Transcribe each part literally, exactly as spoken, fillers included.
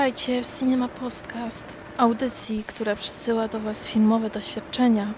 Witajcie w Cinema Podcast, audycji, która przysyła do Was filmowe doświadczenia.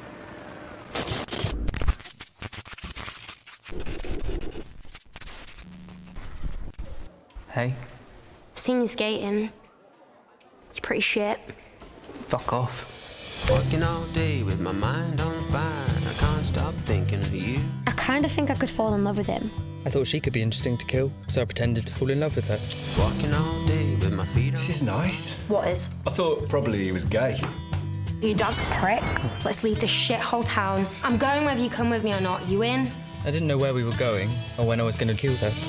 Hey. I've seen you skating. You're pretty shit. Fuck off. Working all day with my mind on fire. I can't stop thinking of you. I kind of think I could fall in love with him. I thought she could be interesting to kill, so I pretended to fall in love with her. Walking all day with my feet on. This is nice. What is? I thought probably he was gay. Your dad's a prick. Let's leave this shithole town. I'm going whether you come with me or not. You in? I didn't know where we were going, or when I was going to kill her.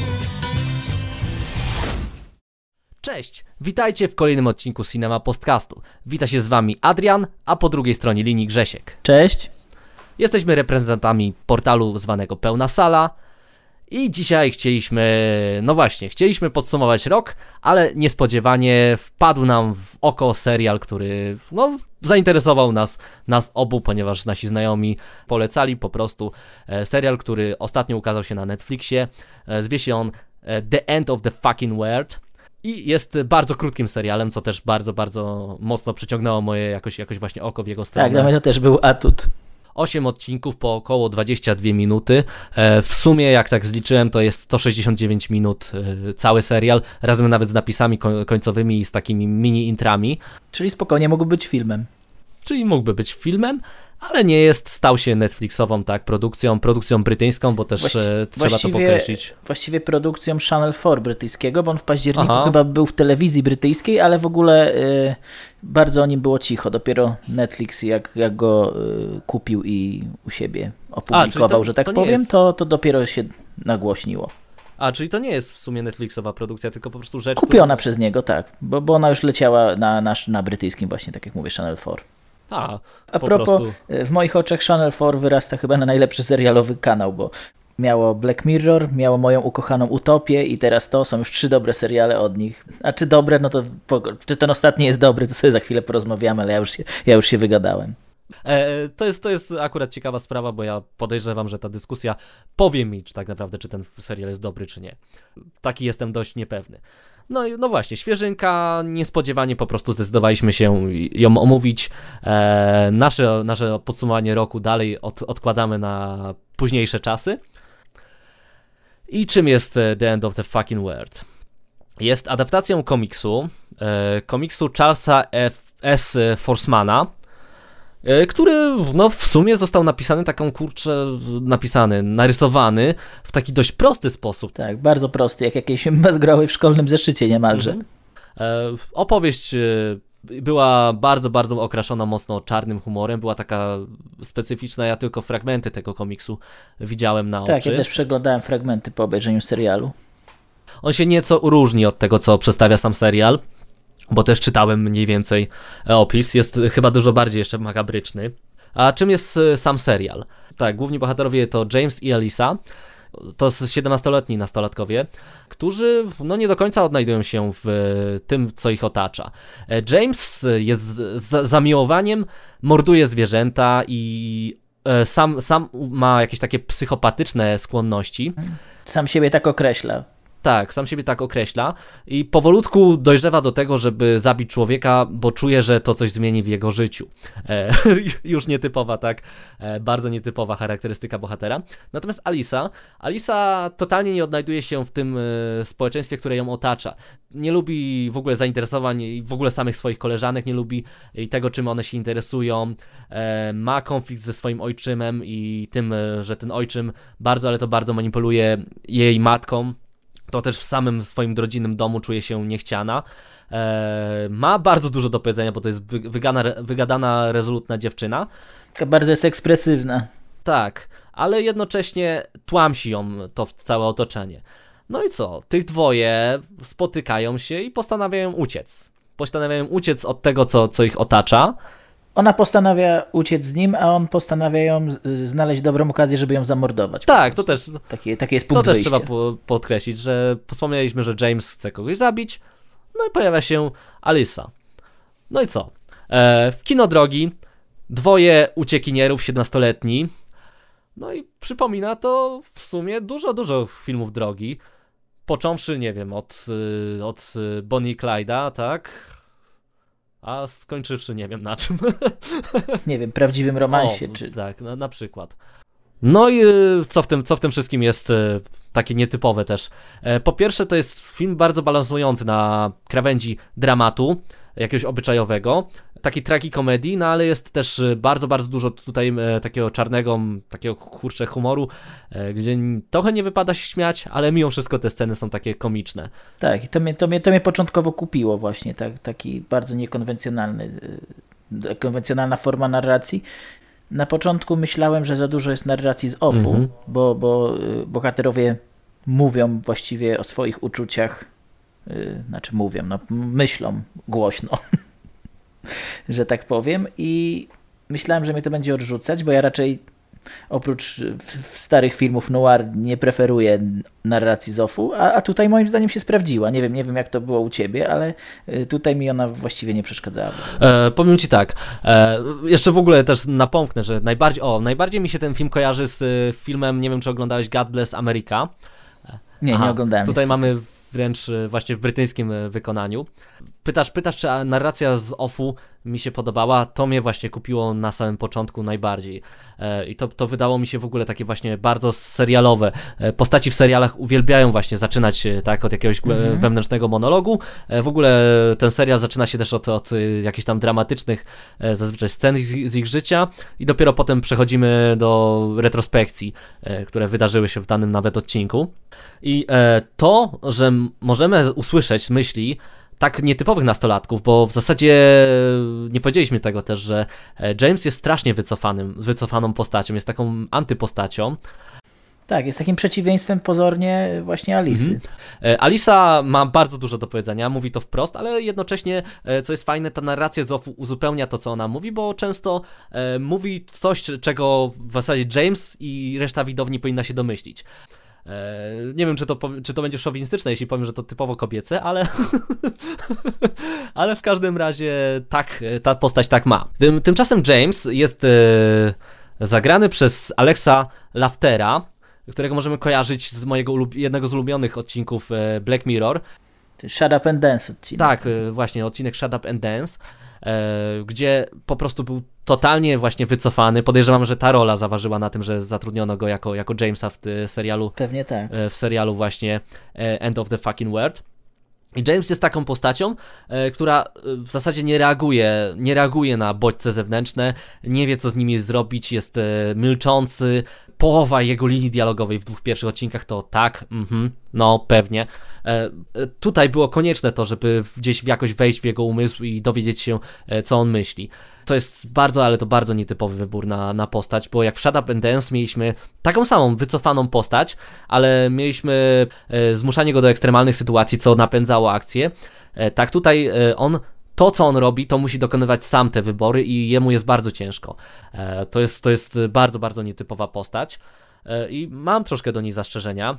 Cześć, witajcie w kolejnym odcinku Cinema Podcastu. Wita się z wami Adrian, a po drugiej stronie linii Grzesiek. Cześć. Jesteśmy reprezentantami portalu zwanego Pełna Sala i dzisiaj chcieliśmy, no właśnie, chcieliśmy podsumować rok, ale niespodziewanie wpadł nam w oko serial, który no, zainteresował nas, nas obu, ponieważ nasi znajomi polecali po prostu serial, który ostatnio ukazał się na Netflixie. Zwie się on The End of the Fucking World. I jest bardzo krótkim serialem, co też bardzo, bardzo mocno przyciągnęło moje jakoś, jakoś właśnie oko w jego stronę. Tak, dla mnie to też był atut. osiem odcinków po około dwadzieścia dwie minuty. W sumie, jak tak zliczyłem, to jest sto sześćdziesiąt dziewięć minut cały serial, razem nawet z napisami końcowymi i z takimi mini-intrami. Czyli spokojnie mógł być filmem. Czyli mógłby być filmem, ale nie jest, stał się Netflixową tak produkcją, produkcją brytyjską, bo też Właści- trzeba to podkreślić. Właściwie produkcją Channel cztery brytyjskiego, bo on w październiku Aha. chyba był w telewizji brytyjskiej, ale w ogóle y, bardzo o nim było cicho. Dopiero Netflix jak, jak go y, kupił i u siebie opublikował, A, to, że tak to powiem, jest... to, to dopiero się nagłośniło. A, czyli to nie jest w sumie Netflixowa produkcja, tylko po prostu rzecz... Kupiona która... przez niego, tak, bo, bo ona już leciała na, na, na brytyjskim właśnie, tak jak mówię, Channel cztery. A, A po propos, prostu... w moich oczach Channel cztery wyrasta chyba na najlepszy serialowy kanał, bo miało Black Mirror, miało Moją ukochaną Utopię i teraz to są już trzy dobre seriale od nich. A czy dobre, no to czy ten ostatni jest dobry, to sobie za chwilę porozmawiamy, ale ja już się, ja już się wygadałem. E, to, jest, to jest akurat ciekawa sprawa, bo ja podejrzewam, że ta dyskusja powie mi, czy tak naprawdę, czy ten serial jest dobry, czy nie. Taki jestem dość niepewny. No, no właśnie, świeżynka, niespodziewanie po prostu zdecydowaliśmy się ją omówić. E, nasze, nasze podsumowanie roku dalej od, odkładamy na późniejsze czasy. I czym jest The End of the Fucking World? Jest adaptacją komiksu, e, komiksu Charlesa F. S. Forsmana, który no w sumie został napisany taką, kurczę, napisany, narysowany w taki dość prosty sposób. Tak, bardzo prosty, jak jakieś bazgroły w szkolnym zeszycie niemalże. Mhm. E, opowieść była bardzo, bardzo okraszona mocno czarnym humorem, była taka specyficzna, ja tylko fragmenty tego komiksu widziałem na tak, oczy. Tak, ja też przeglądałem fragmenty po obejrzeniu serialu. On się nieco różni od tego, co przedstawia sam serial, bo też czytałem mniej więcej opis, jest chyba dużo bardziej jeszcze makabryczny. A czym jest sam serial? Tak, główni bohaterowie to James i Elisa, to siedemnastoletni nastolatkowie, którzy no nie do końca odnajdują się w tym, co ich otacza. James jest z zamiłowaniem, morduje zwierzęta i sam, sam ma jakieś takie psychopatyczne skłonności. Sam siebie tak określa. Tak, sam siebie tak określa i powolutku dojrzewa do tego, żeby zabić człowieka, bo czuje, że to coś zmieni w jego życiu. E, już nietypowa, tak, e, bardzo nietypowa charakterystyka bohatera. Natomiast Alisa, Alisa totalnie nie odnajduje się w tym e, społeczeństwie, które ją otacza. Nie lubi w ogóle zainteresowań i w ogóle samych swoich koleżanek, nie lubi i tego, czym one się interesują. E, ma konflikt ze swoim ojczymem i tym, e, że ten ojczym bardzo, ale to bardzo manipuluje jej matką. To też w samym swoim rodzinnym domu czuje się niechciana. Eee, ma bardzo dużo do powiedzenia, bo to jest wygana, wygadana, rezolutna dziewczyna. Taka bardzo jest ekspresywna. Tak, ale jednocześnie tłamsi ją to całe otoczenie. No i co? Tych dwoje spotykają się i postanawiają uciec. Postanawiają uciec od tego, co, co ich otacza. Ona postanawia uciec z nim, a on postanawia ją znaleźć dobrą okazję, żeby ją zamordować. Tak, to też, taki, taki jest punkt to też wyjścia. trzeba po, podkreślić, że wspomnieliśmy, że James chce kogoś zabić, no i pojawia się Alisa. No i co? E, w kino drogi dwoje uciekinierów, siedemnastoletni, no i przypomina to w sumie dużo, dużo filmów drogi. począwszy, nie wiem, od, od Bonnie i Clyda, tak? A skończywszy nie wiem na czym. Nie wiem, prawdziwym romansie. O, czy... Tak, na, na przykład. No i co w tym, co w tym wszystkim jest takie nietypowe też. Po pierwsze, to jest film bardzo balansujący na krawędzi dramatu, jakiegoś obyczajowego, takiej tragikomedii, no ale jest też bardzo, bardzo dużo tutaj takiego czarnego, takiego kurczę humoru, gdzie trochę nie wypada się śmiać, ale mimo wszystko te sceny są takie komiczne. Tak, i to mnie, to mnie, to mnie początkowo kupiło właśnie, tak, taki bardzo niekonwencjonalny, konwencjonalna forma narracji. Na początku myślałem, że za dużo jest narracji z offu, mm-hmm. bo, bo bohaterowie mówią właściwie o swoich uczuciach, yy, znaczy mówią, no myślą głośno, że tak powiem, i myślałem, że mnie to będzie odrzucać, bo ja raczej oprócz w, w starych filmów noir nie preferuję narracji z offu, a, a tutaj moim zdaniem się sprawdziła. Nie wiem, nie wiem jak to było u ciebie, ale tutaj mi ona właściwie nie przeszkadzała. E, powiem ci tak, e, jeszcze w ogóle też napomknę, że najbardziej, o, najbardziej mi się ten film kojarzy z y, filmem, nie wiem czy oglądałeś God Bless America. Nie, Aha, nie oglądałem. Tutaj niestety. mamy wręcz właśnie w brytyjskim wykonaniu. Pytasz, pytasz, czy narracja z offu mi się podobała, to mnie właśnie kupiło na samym początku najbardziej. E, I to, to wydało mi się w ogóle takie właśnie bardzo serialowe. E, postaci w serialach uwielbiają właśnie zaczynać tak od jakiegoś mm-hmm. wewnętrznego monologu. E, w ogóle ten serial zaczyna się też od, od jakichś tam dramatycznych e, zazwyczaj scen z, z ich życia i dopiero potem przechodzimy do retrospekcji, e, które wydarzyły się w danym nawet odcinku. I e, to, że możemy usłyszeć myśli tak nietypowych nastolatków, bo w zasadzie nie powiedzieliśmy tego też, że James jest strasznie wycofanym, wycofaną postacią, jest taką antypostacią. Tak, jest takim przeciwieństwem pozornie właśnie Alisy. Mhm. Alisa ma bardzo dużo do powiedzenia, mówi to wprost, ale jednocześnie, co jest fajne, ta narracja z offu uzupełnia to, co ona mówi, bo często e, mówi coś, czego w zasadzie James i reszta widowni powinna się domyślić. Nie wiem, czy to, czy to będzie szowinistyczne, jeśli powiem, że to typowo kobiece, ale ale w każdym razie tak, ta postać tak ma. Tym, tymczasem James jest e, zagrany przez Alexa Laftera, którego możemy kojarzyć z mojego ulub- jednego z ulubionych odcinków e, Black Mirror. Shut Up and Dance odcinek. Tak, e, właśnie odcinek Shut Up and Dance, e, gdzie po prostu był totalnie właśnie wycofany. Podejrzewam, że ta rola zaważyła na tym, że zatrudniono go jako, jako Jamesa w y, serialu. Pewnie tak. W serialu właśnie End of the Fucking World. I James jest taką postacią, e, która w zasadzie nie reaguje, nie reaguje na bodźce zewnętrzne, nie wie co z nimi zrobić, jest e, milczący. Połowa jego linii dialogowej w dwóch pierwszych odcinkach to tak, mhm, no pewnie. E, tutaj było konieczne to, żeby gdzieś jakoś wejść w jego umysł i dowiedzieć się, e, co on myśli. To jest bardzo, ale to bardzo nietypowy wybór na, na postać, bo jak w Shut Up and Dance mieliśmy taką samą wycofaną postać, ale mieliśmy e, zmuszanie go do ekstremalnych sytuacji, co napędzało akcję. E, tak tutaj e, on, to co on robi, to musi dokonywać sam te wybory i jemu jest bardzo ciężko. E, to jest, to jest bardzo, bardzo nietypowa postać e, i mam troszkę do niej zastrzeżenia,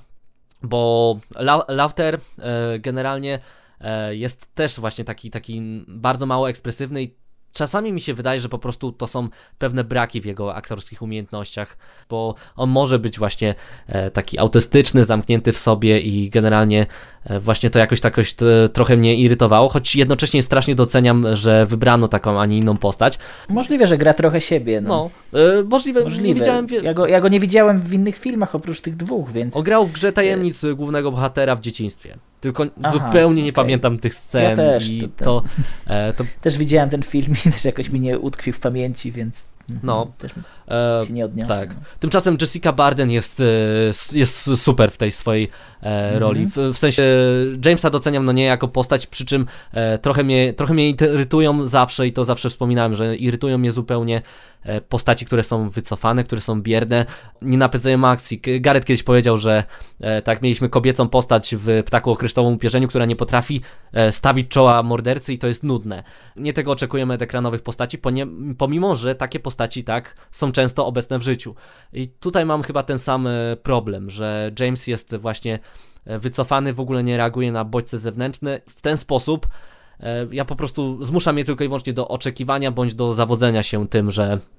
bo La- Lauter e, generalnie e, jest też właśnie taki, taki bardzo mało ekspresywny i czasami mi się wydaje, że po prostu to są pewne braki w jego aktorskich umiejętnościach, bo on może być właśnie e, taki autystyczny, zamknięty w sobie i generalnie e, właśnie to jakoś, jakoś to, trochę mnie irytowało, choć jednocześnie strasznie doceniam, że wybrano taką, a nie inną postać. Możliwe, że gra trochę siebie. No, no e, możliwe, możliwe. Nie widziałem... Wie... Ja, go, ja go nie widziałem w innych filmach oprócz tych dwóch, więc... Ograł w Grze Tajemnic e... głównego bohatera w dzieciństwie. Tylko Aha, zupełnie nie okay. pamiętam tych scen. Ja też. I to, to, e, to... Też widziałem ten film i też jakoś mi nie utkwił w pamięci, więc no, też e, się nie odniosę. Tak. No. Tymczasem Jessica Barden jest, jest super w tej swojej e, roli. W, w sensie Jamesa doceniam no nie jako postać, przy czym e, trochę, mnie, trochę mnie irytują zawsze i to zawsze wspominałem, że irytują mnie zupełnie e, postaci, które są wycofane, które są bierne, nie napędzają akcji. Gareth kiedyś powiedział, że e, tak, mieliśmy kobiecą postać w Ptaku o kryształowym upierzeniu, która nie potrafi e, stawić czoła mordercy i to jest nudne. Nie tego oczekujemy od ekranowych postaci, ponie- pomimo, że takie postaci tak są często obecne w życiu. I tutaj mam chyba ten sam problem, że James jest właśnie wycofany, w ogóle nie reaguje na bodźce zewnętrzne. W ten sposób ja po prostu zmuszam je tylko i wyłącznie do oczekiwania bądź do zawodzenia się tym, że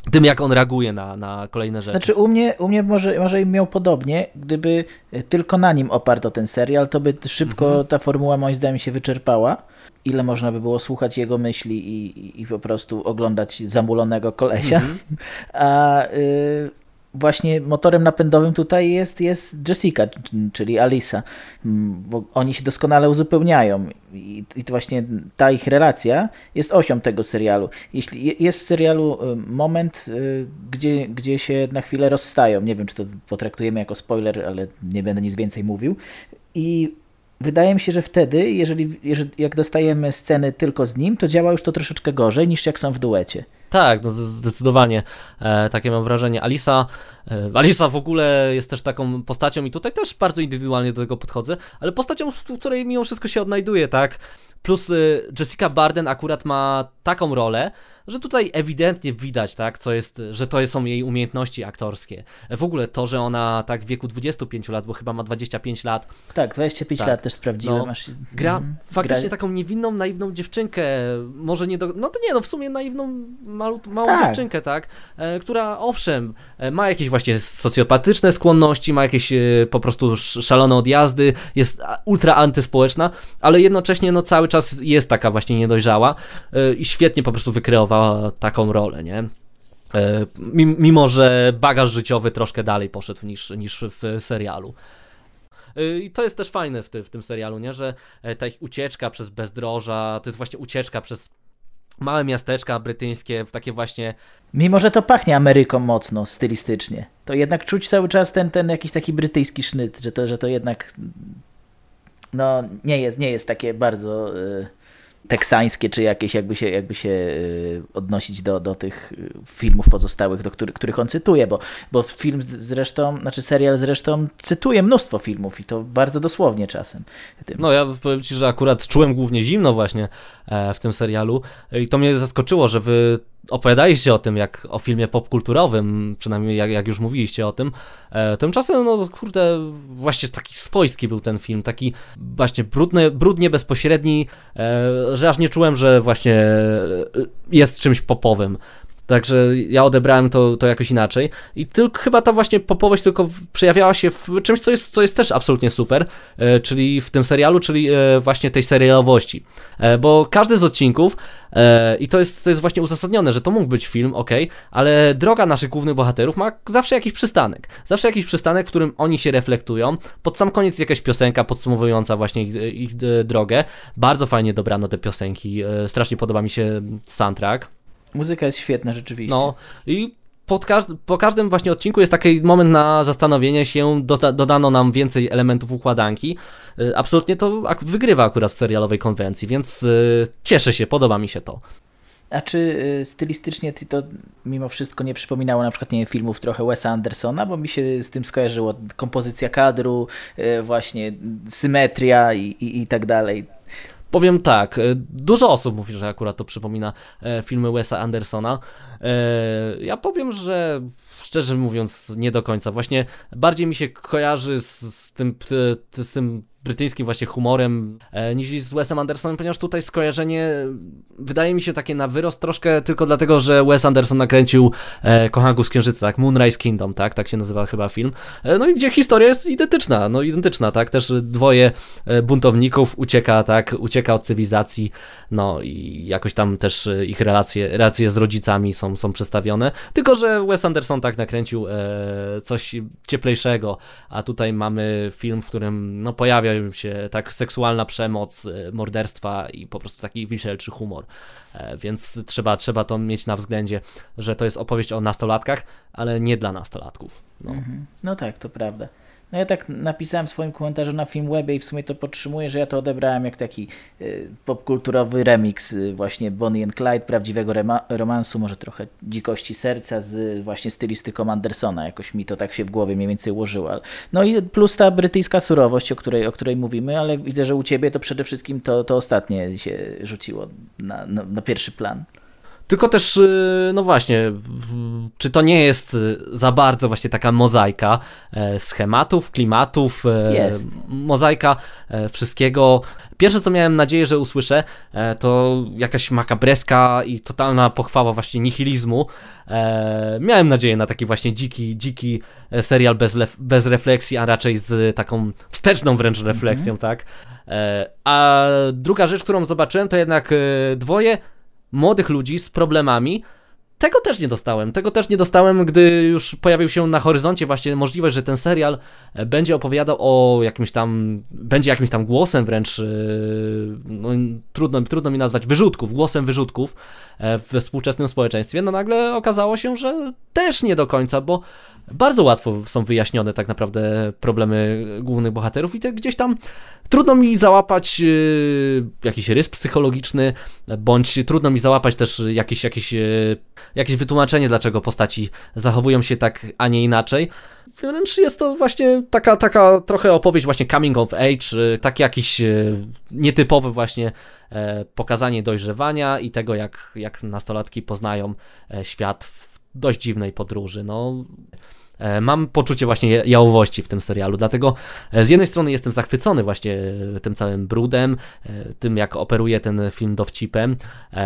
tym, jak on reaguje na, na kolejne rzeczy. Znaczy u mnie, u mnie może, może im miał podobnie, gdyby tylko na nim oparto ten serial, to by szybko mhm. ta formuła moim zdaniem się wyczerpała. Ile można by było słuchać jego myśli i, i, i po prostu oglądać zamulonego kolesia. Mhm. A y, właśnie motorem napędowym tutaj jest, jest Jessica, czyli Alisa, bo oni się doskonale uzupełniają i, i to właśnie ta ich relacja jest osią tego serialu. Jeśli jest w serialu moment, gdzie, gdzie się na chwilę rozstają, nie wiem, czy to potraktujemy jako spoiler, ale nie będę nic więcej mówił, i wydaje mi się, że wtedy, jeżeli, jeżeli jak dostajemy sceny tylko z nim, to działa już to troszeczkę gorzej niż jak są w duecie. Tak, no zdecydowanie. E, takie mam wrażenie. Alisa, e, Alisa w ogóle jest też taką postacią i tutaj też bardzo indywidualnie do tego podchodzę, ale postacią, w której mimo wszystko się odnajduje, tak? Plus y, Jessica Barden akurat ma taką rolę, że tutaj ewidentnie widać, tak, co jest, że to są jej umiejętności aktorskie. W ogóle to, że ona tak w wieku dwudziestu pięciu lat, bo chyba ma dwadzieścia pięć lat. Tak, dwadzieścia pięć tak. lat też sprawdziłem. No, Masz... gra mm, faktycznie gra... taką niewinną, naiwną dziewczynkę, może nie do... no to nie, no w sumie naiwną, malu, małą tak. dziewczynkę, tak, e, która owszem, e, ma jakieś właśnie socjopatyczne skłonności, ma jakieś e, po prostu szalone odjazdy, jest ultra antyspołeczna, ale jednocześnie no cały czas jest taka właśnie niedojrzała e, i świetnie po prostu wykreowała taką rolę, nie? E, mimo, że bagaż życiowy troszkę dalej poszedł niż, niż w serialu. I to jest też fajne w, ty, w tym serialu, nie? Że ta ich ucieczka przez bezdroża, to jest właśnie ucieczka przez małe miasteczka brytyjskie w takie właśnie... Mimo, że to pachnie Ameryką mocno, stylistycznie, to jednak czuć cały czas ten, ten jakiś taki brytyjski sznyt, że to, że to jednak no nie jest, nie jest takie bardzo y, teksańskie, czy jakieś jakby się, jakby się y, odnosić do, do tych filmów pozostałych, do których, których on cytuje, bo, bo film zresztą, znaczy serial zresztą cytuje mnóstwo filmów i to bardzo dosłownie czasem. Tym. No ja powiem Ci, że akurat czułem głównie zimno właśnie e, w tym serialu i to mnie zaskoczyło, że wy opowiadaliście o tym jak o filmie popkulturowym, przynajmniej jak, jak już mówiliście o tym. E, tymczasem, no kurde, właśnie taki swojski był ten film, taki właśnie brudny, brudnie bezpośredni, e, że aż nie czułem, że właśnie jest czymś popowym. Także ja odebrałem to, to jakoś inaczej i tylko, chyba ta właśnie popowość tylko przejawiała się w czymś, co jest, co jest też absolutnie super, e, czyli w tym serialu, czyli e, właśnie tej serialowości, e, bo każdy z odcinków e, i to jest, to jest właśnie uzasadnione, że to mógł być film, ok, ale droga naszych głównych bohaterów ma zawsze jakiś przystanek, zawsze jakiś przystanek, w którym oni się reflektują, pod sam koniec jakaś piosenka podsumowująca właśnie ich, ich drogę, bardzo fajnie dobrano te piosenki, e, strasznie podoba mi się soundtrack. Muzyka jest świetna rzeczywiście. No i pod każdy, po każdym właśnie odcinku jest taki moment na zastanowienie się, doda, dodano nam więcej elementów układanki. Absolutnie to wygrywa akurat w serialowej konwencji, więc yy, cieszę się, podoba mi się to. A czy y, stylistycznie ty to mimo wszystko nie przypominało na przykład nie wiem, filmów trochę Wesa Andersona, bo mi się z tym skojarzyło kompozycja kadru, y, właśnie symetria i, i, i tak dalej. Powiem tak, dużo osób mówi, że akurat to przypomina filmy Wesa Andersona. Ja powiem, że szczerze mówiąc nie do końca. Właśnie bardziej mi się kojarzy z, z tym z tym brytyjskim właśnie humorem e, niż z Wesem Andersonem, ponieważ tutaj skojarzenie wydaje mi się takie na wyrost troszkę tylko dlatego, że Wes Anderson nakręcił e, Kochanków z Księżyca, tak, Moonrise Kingdom, tak, tak się nazywa chyba film, e, no i gdzie historia jest identyczna, no identyczna, tak, też dwoje e, buntowników ucieka, tak, ucieka od cywilizacji, no i jakoś tam też e, ich relacje, relacje z rodzicami są, są przedstawione, tylko że Wes Anderson tak nakręcił e, coś cieplejszego, a tutaj mamy film, w którym no pojawia się tak seksualna przemoc, morderstwa i po prostu taki wisielczy humor, więc trzeba, trzeba to mieć na względzie, że to jest opowieść o nastolatkach, ale nie dla nastolatków. No, mhm. No tak, to prawda. No ja tak napisałem w swoim komentarzu na Filmwebie i w sumie to podtrzymuję, że ja to odebrałem jak taki y, popkulturowy remix y, właśnie Bonnie and Clyde, prawdziwego rema- romansu, może trochę dzikości serca z y, właśnie stylistyką Andersona. Jakoś mi to tak się w głowie mniej więcej ułożyło. Ale... No i plus ta brytyjska surowość, o której, o której mówimy, ale widzę, że u ciebie to przede wszystkim to, to ostatnie się rzuciło na, na, na pierwszy plan. Tylko też, no właśnie, czy to nie jest za bardzo właśnie taka mozaika schematów, klimatów, jest. mozaika wszystkiego. Pierwsze, co miałem nadzieję, że usłyszę, to jakaś makabreska i totalna pochwała właśnie nihilizmu. Miałem nadzieję na taki właśnie dziki, dziki serial bez, lef- bez refleksji, a raczej z taką wsteczną wręcz refleksją, mm-hmm. tak? A druga rzecz, którą zobaczyłem, to jednak dwoje młodych ludzi z problemami. Tego też nie dostałem. Tego też nie dostałem, gdy już pojawił się na horyzoncie właśnie możliwość, że ten serial będzie opowiadał o jakimś tam, będzie jakimś tam głosem wręcz, no, trudno, trudno mi nazwać, wyrzutków, głosem wyrzutków we współczesnym społeczeństwie. No nagle okazało się, że też nie do końca, bo bardzo łatwo są wyjaśnione tak naprawdę problemy głównych bohaterów i te gdzieś tam trudno mi załapać yy, jakiś rys psychologiczny, bądź trudno mi załapać też jakieś, jakieś, yy, jakieś wytłumaczenie, dlaczego postaci zachowują się tak, a nie inaczej. Wręcz jest to właśnie taka, taka trochę opowieść właśnie coming of age, yy, takie jakieś yy, nietypowe właśnie yy, pokazanie dojrzewania i tego, jak, jak nastolatki poznają yy, świat w dość dziwnej podróży. No, mam poczucie właśnie jałowości w tym serialu, dlatego z jednej strony jestem zachwycony właśnie tym całym brudem, tym jak operuje ten film dowcipem.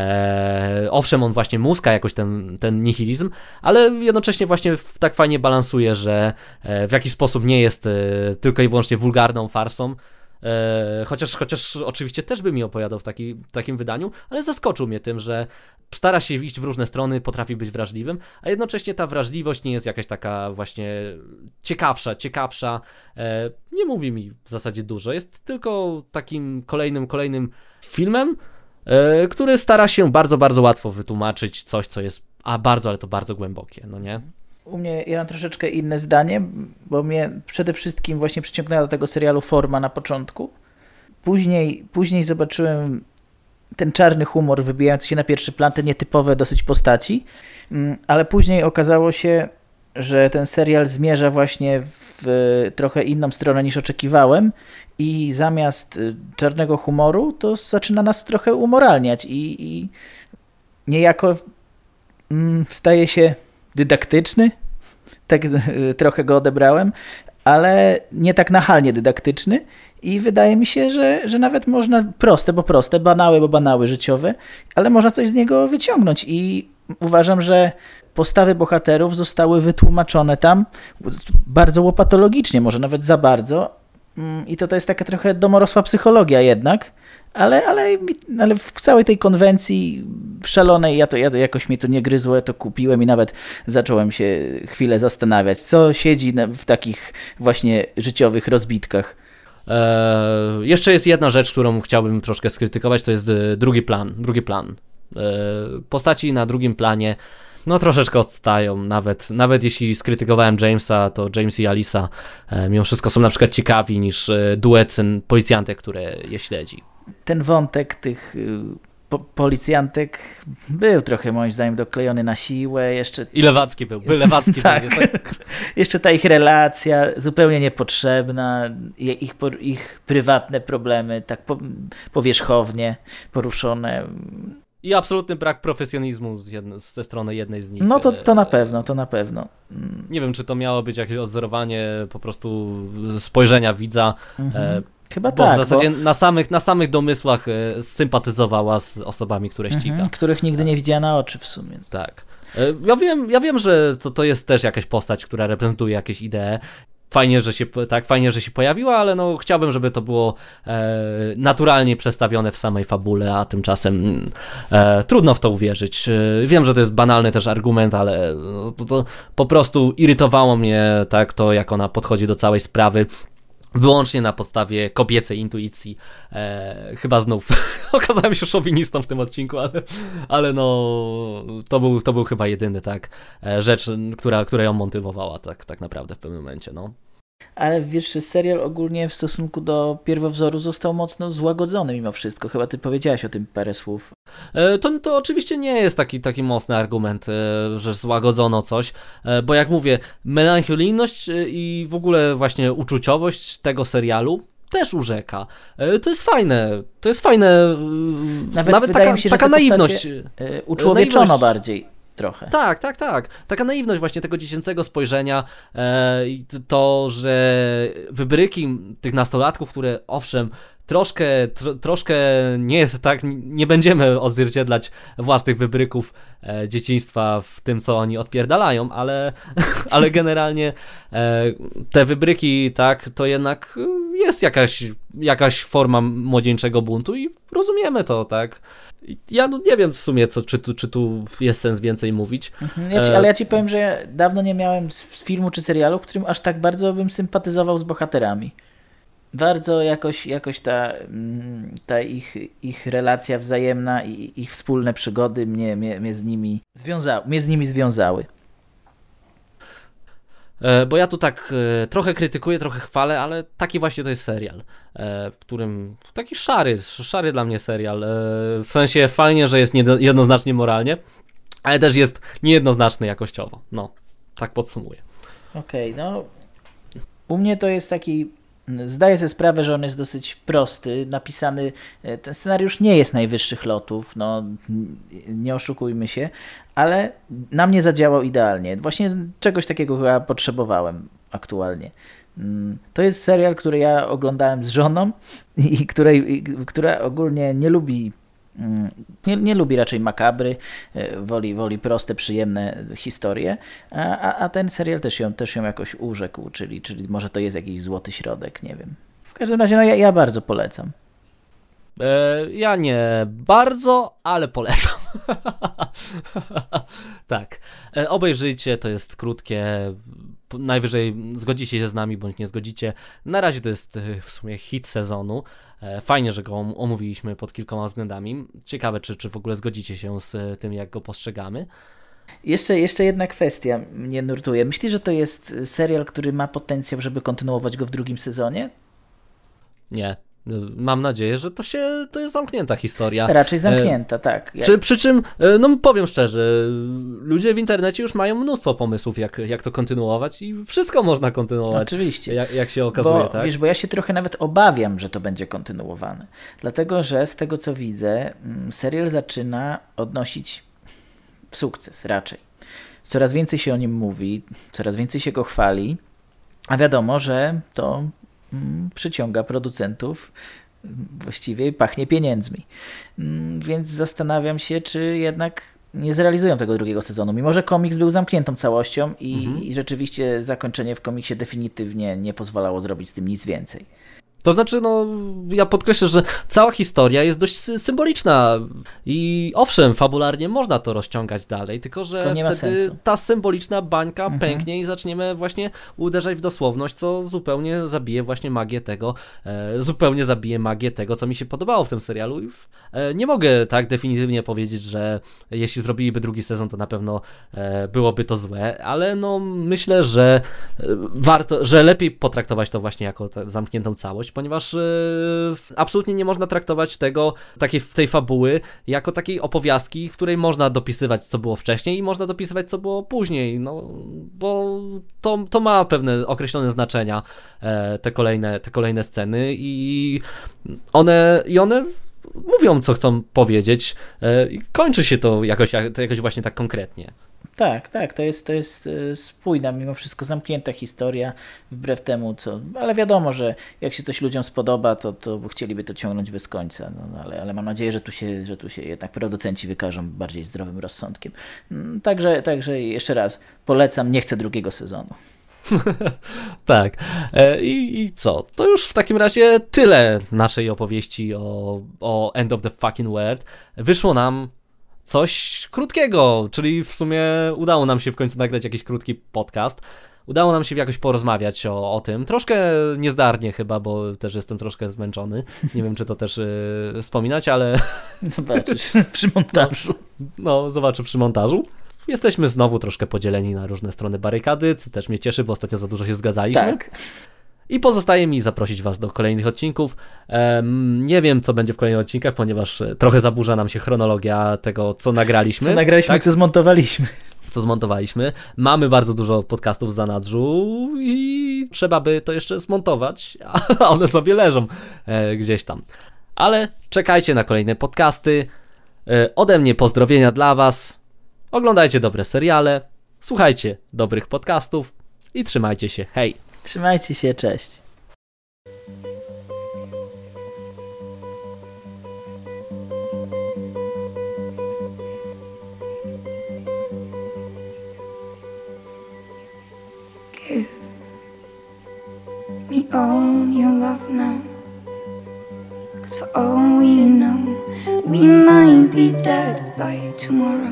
Owszem, on właśnie muska jakoś ten, ten nihilizm, ale jednocześnie właśnie tak fajnie balansuje, że w jakiś sposób nie jest tylko i wyłącznie wulgarną farsą. Chociaż, chociaż oczywiście też by mi opowiadał w taki, takim wydaniu, ale zaskoczył mnie tym, że stara się iść w różne strony, potrafi być wrażliwym, a jednocześnie ta wrażliwość nie jest jakaś taka właśnie ciekawsza, ciekawsza, nie mówi mi w zasadzie dużo, jest tylko takim kolejnym, kolejnym filmem, który stara się bardzo, bardzo łatwo wytłumaczyć coś, co jest a bardzo, ale to bardzo głębokie, no nie? U mnie, ja mam troszeczkę inne zdanie, bo mnie przede wszystkim właśnie przyciągnęła do tego serialu forma na początku. Później, później zobaczyłem ten czarny humor wybijający się na pierwszy plan, te nietypowe dosyć postaci, ale później okazało się, że ten serial zmierza właśnie w trochę inną stronę niż oczekiwałem i zamiast czarnego humoru to zaczyna nas trochę umoralniać i, i niejako mm, staje się dydaktyczny, tak trochę go odebrałem, ale nie tak nachalnie dydaktyczny i wydaje mi się, że, że nawet można proste, bo proste, banały, bo banały życiowe, ale można coś z niego wyciągnąć i uważam, że postawy bohaterów zostały wytłumaczone tam bardzo łopatologicznie, może nawet za bardzo i to, to jest taka trochę domorosła psychologia jednak, ale, ale, ale w całej tej konwencji szalonej, ja to, ja to jakoś mnie to nie gryzło, ja to kupiłem i nawet zacząłem się chwilę zastanawiać, co siedzi w takich właśnie życiowych rozbitkach. Eee, jeszcze jest jedna rzecz, którą chciałbym troszkę skrytykować, to jest drugi plan. Drugi plan. Eee, postaci na drugim planie no troszeczkę odstają, nawet, nawet jeśli skrytykowałem Jamesa, to James i Alisa e, mimo wszystko są na przykład ciekawi niż e, duet policjantek, które je śledzi. Ten wątek tych po- policjantek był trochę moim zdaniem doklejony na siłę. Jeszcze... I lewacki był, by lewacki tak. był. Tak. Jeszcze ta ich relacja zupełnie niepotrzebna, ich, ich prywatne problemy tak po, powierzchownie poruszone. I absolutny brak profesjonalizmu z jedne, ze strony jednej z nich. No to, to na pewno, to na pewno. Nie wiem, czy to miało być jakieś odzorowanie po prostu spojrzenia widza. Mhm. E, Chyba bo tak. w zasadzie bo... na, samych, na samych domysłach e, sympatyzowała z osobami, które ściga. Mhm, których nigdy nie widziała na oczy w sumie. Tak. E, ja wiem, ja wiem, że to, to jest też jakaś postać, która reprezentuje jakieś idee. Fajnie, że się, tak, fajnie, że się pojawiła, ale no chciałbym, żeby to było e, naturalnie przedstawione w samej fabule, a tymczasem e, trudno w to uwierzyć. E, wiem, że to jest banalny też argument, ale no, to, to po prostu irytowało mnie tak to, jak ona podchodzi do całej sprawy. Wyłącznie na podstawie kobiecej intuicji. E, chyba znów okazałem się szowinistą w tym odcinku, ale, ale no to był, to był chyba jedyny tak rzecz, która, która ją motywowała tak, tak naprawdę w pewnym momencie. No. Ale wiesz, serial ogólnie w stosunku do pierwowzoru został mocno złagodzony mimo wszystko. Chyba ty powiedziałeś o tym parę słów. To, to oczywiście nie jest taki, taki mocny argument, że złagodzono coś, bo jak mówię, melancholijność i w ogóle właśnie uczuciowość tego serialu też urzeka. To jest fajne, to jest fajne, nawet, nawet wydaje taka, mi się, że taka te naiwność. postacie, y, uczłowieczono naiwność, bardziej trochę. Tak, tak, tak. Taka naiwność właśnie tego dziecięcego spojrzenia i e, to, że wybryki tych nastolatków, które owszem, troszkę, tro, troszkę nie jest tak, nie będziemy odzwierciedlać własnych wybryków e, dzieciństwa w tym, co oni odpierdalają, ale, ale generalnie e, te wybryki, tak, to jednak jest jakaś, jakaś forma młodzieńczego buntu i rozumiemy to, tak. Ja no nie wiem w sumie, co, czy, tu, czy tu jest sens więcej mówić. Mhm, ja ci, ale ja ci powiem, że ja dawno nie miałem z filmu czy serialu, w którym aż tak bardzo bym sympatyzował z bohaterami. Bardzo jakoś, jakoś ta, ta ich, ich relacja wzajemna i ich wspólne przygody mnie, mnie, mnie, z nimi związały, mnie z nimi związały. Bo ja tu tak trochę krytykuję, trochę chwalę, ale taki właśnie to jest serial, w którym taki szary, szary dla mnie serial, w sensie fajnie, że jest jednoznacznie moralnie, ale też jest niejednoznaczny jakościowo, no, tak podsumuję. Okej, okay, no u mnie to jest taki, zdaję sobie sprawę, że on jest dosyć prosty, napisany, ten scenariusz nie jest najwyższych lotów, no nie oszukujmy się, ale na mnie zadziałał idealnie. Właśnie czegoś takiego chyba potrzebowałem aktualnie. To jest serial, który ja oglądałem z żoną i której, która ogólnie nie lubi Nie, nie lubi raczej makabry, woli, woli proste, przyjemne historie, a, a ten serial też ją, też ją jakoś urzekł, czyli, czyli może to jest jakiś złoty środek, nie wiem. W każdym razie no ja, ja bardzo polecam. E, ja nie bardzo, ale polecam. Tak. E, obejrzyjcie, to jest krótkie, najwyżej zgodzicie się z nami, bądź nie zgodzicie. Na razie to jest w sumie hit sezonu. Fajnie, że go omówiliśmy pod kilkoma względami. Ciekawe, czy, czy w ogóle zgodzicie się z tym, jak go postrzegamy. Jeszcze, jeszcze jedna kwestia mnie nurtuje. Myślisz, że to jest serial, który ma potencjał, żeby kontynuować go w drugim sezonie? Nie. Mam nadzieję, że to się, to jest zamknięta historia. Raczej zamknięta, e, tak. Przy, przy czym, no powiem szczerze, ludzie w internecie już mają mnóstwo pomysłów, jak, jak to kontynuować i wszystko można kontynuować. Oczywiście. Jak, jak się okazuje, bo, tak? Wiesz, bo ja się trochę nawet obawiam, że to będzie kontynuowane. Dlatego, że z tego co widzę, serial zaczyna odnosić sukces raczej. Coraz więcej się o nim mówi, coraz więcej się go chwali, a wiadomo, że to przyciąga producentów, właściwie pachnie pieniędzmi. Więc zastanawiam się, czy jednak nie zrealizują tego drugiego sezonu. Mimo że komiks był zamkniętą całością i, mhm. i rzeczywiście zakończenie w komiksie definitywnie nie pozwalało zrobić z tym nic więcej. To znaczy, no, ja podkreślę, że cała historia jest dość symboliczna i owszem, fabularnie można to rozciągać dalej, tylko że to nie ma wtedy sensu. Ta symboliczna bańka mhm. pęknie i zaczniemy właśnie uderzać w dosłowność, co zupełnie zabije właśnie magię tego, e, zupełnie zabije magię tego, co mi się podobało w tym serialu. I w, e, nie mogę tak definitywnie powiedzieć, że jeśli zrobiliby drugi sezon, to na pewno e, byłoby to złe, ale no myślę, że e, warto, że lepiej potraktować to właśnie jako zamkniętą całość, ponieważ yy, absolutnie nie można traktować tego, takiej, tej fabuły jako takiej opowiastki, w której można dopisywać, co było wcześniej i można dopisywać, co było później, no, bo to, to ma pewne określone znaczenia, e, te kolejne, te kolejne sceny i one, i one mówią, co chcą powiedzieć e, i kończy się to jakoś, jakoś właśnie tak konkretnie. Tak, tak, to jest, to jest spójna, mimo wszystko zamknięta historia, wbrew temu, co... Ale wiadomo, że jak się coś ludziom spodoba, to, to chcieliby to ciągnąć bez końca, no, ale, ale mam nadzieję, że tu, się, że tu się jednak producenci wykażą bardziej zdrowym rozsądkiem. Także, także jeszcze raz, polecam, nie chcę drugiego sezonu. Tak. E, i, I co? To już w takim razie tyle naszej opowieści o, o End of the Fucking World. Wyszło nam coś krótkiego, czyli w sumie udało nam się w końcu nagrać jakiś krótki podcast. Udało nam się jakoś porozmawiać o, o tym. Troszkę niezdarnie chyba, bo też jestem troszkę zmęczony. Nie wiem, czy to też yy, wspominać, ale... Zobaczysz przy montażu. No, no, zobaczę przy montażu. Jesteśmy znowu troszkę podzieleni na różne strony barykady, co też mnie cieszy, bo ostatnio za dużo się zgadzaliśmy. Tak. I pozostaje mi zaprosić Was do kolejnych odcinków. Um, nie wiem, co będzie w kolejnych odcinkach, ponieważ trochę zaburza nam się chronologia tego, co nagraliśmy. Co nagraliśmy, tak? co zmontowaliśmy. co zmontowaliśmy. Mamy bardzo dużo podcastów w zanadrzu i trzeba by to jeszcze zmontować, a one sobie leżą e, gdzieś tam. Ale czekajcie na kolejne podcasty. E, ode mnie pozdrowienia dla was. Oglądajcie dobre seriale, słuchajcie dobrych podcastów i trzymajcie się. Hej! Trzymajcie się, cześć. Give me all your love now, 'cause for all we know, we might be dead by tomorrow.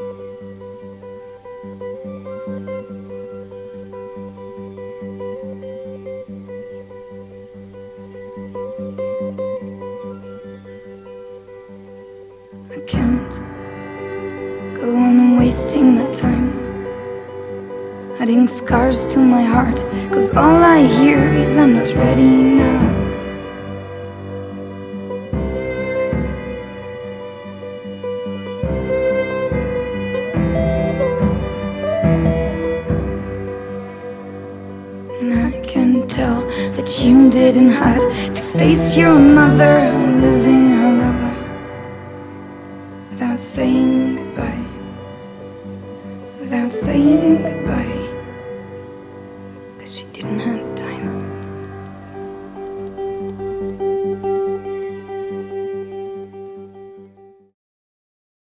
I can't go on wasting my time, adding scars to my heart, 'cause all I hear is I'm not ready now. And I can tell that you didn't have to face your mother losing her lover without saying goodbye, without saying goodbye.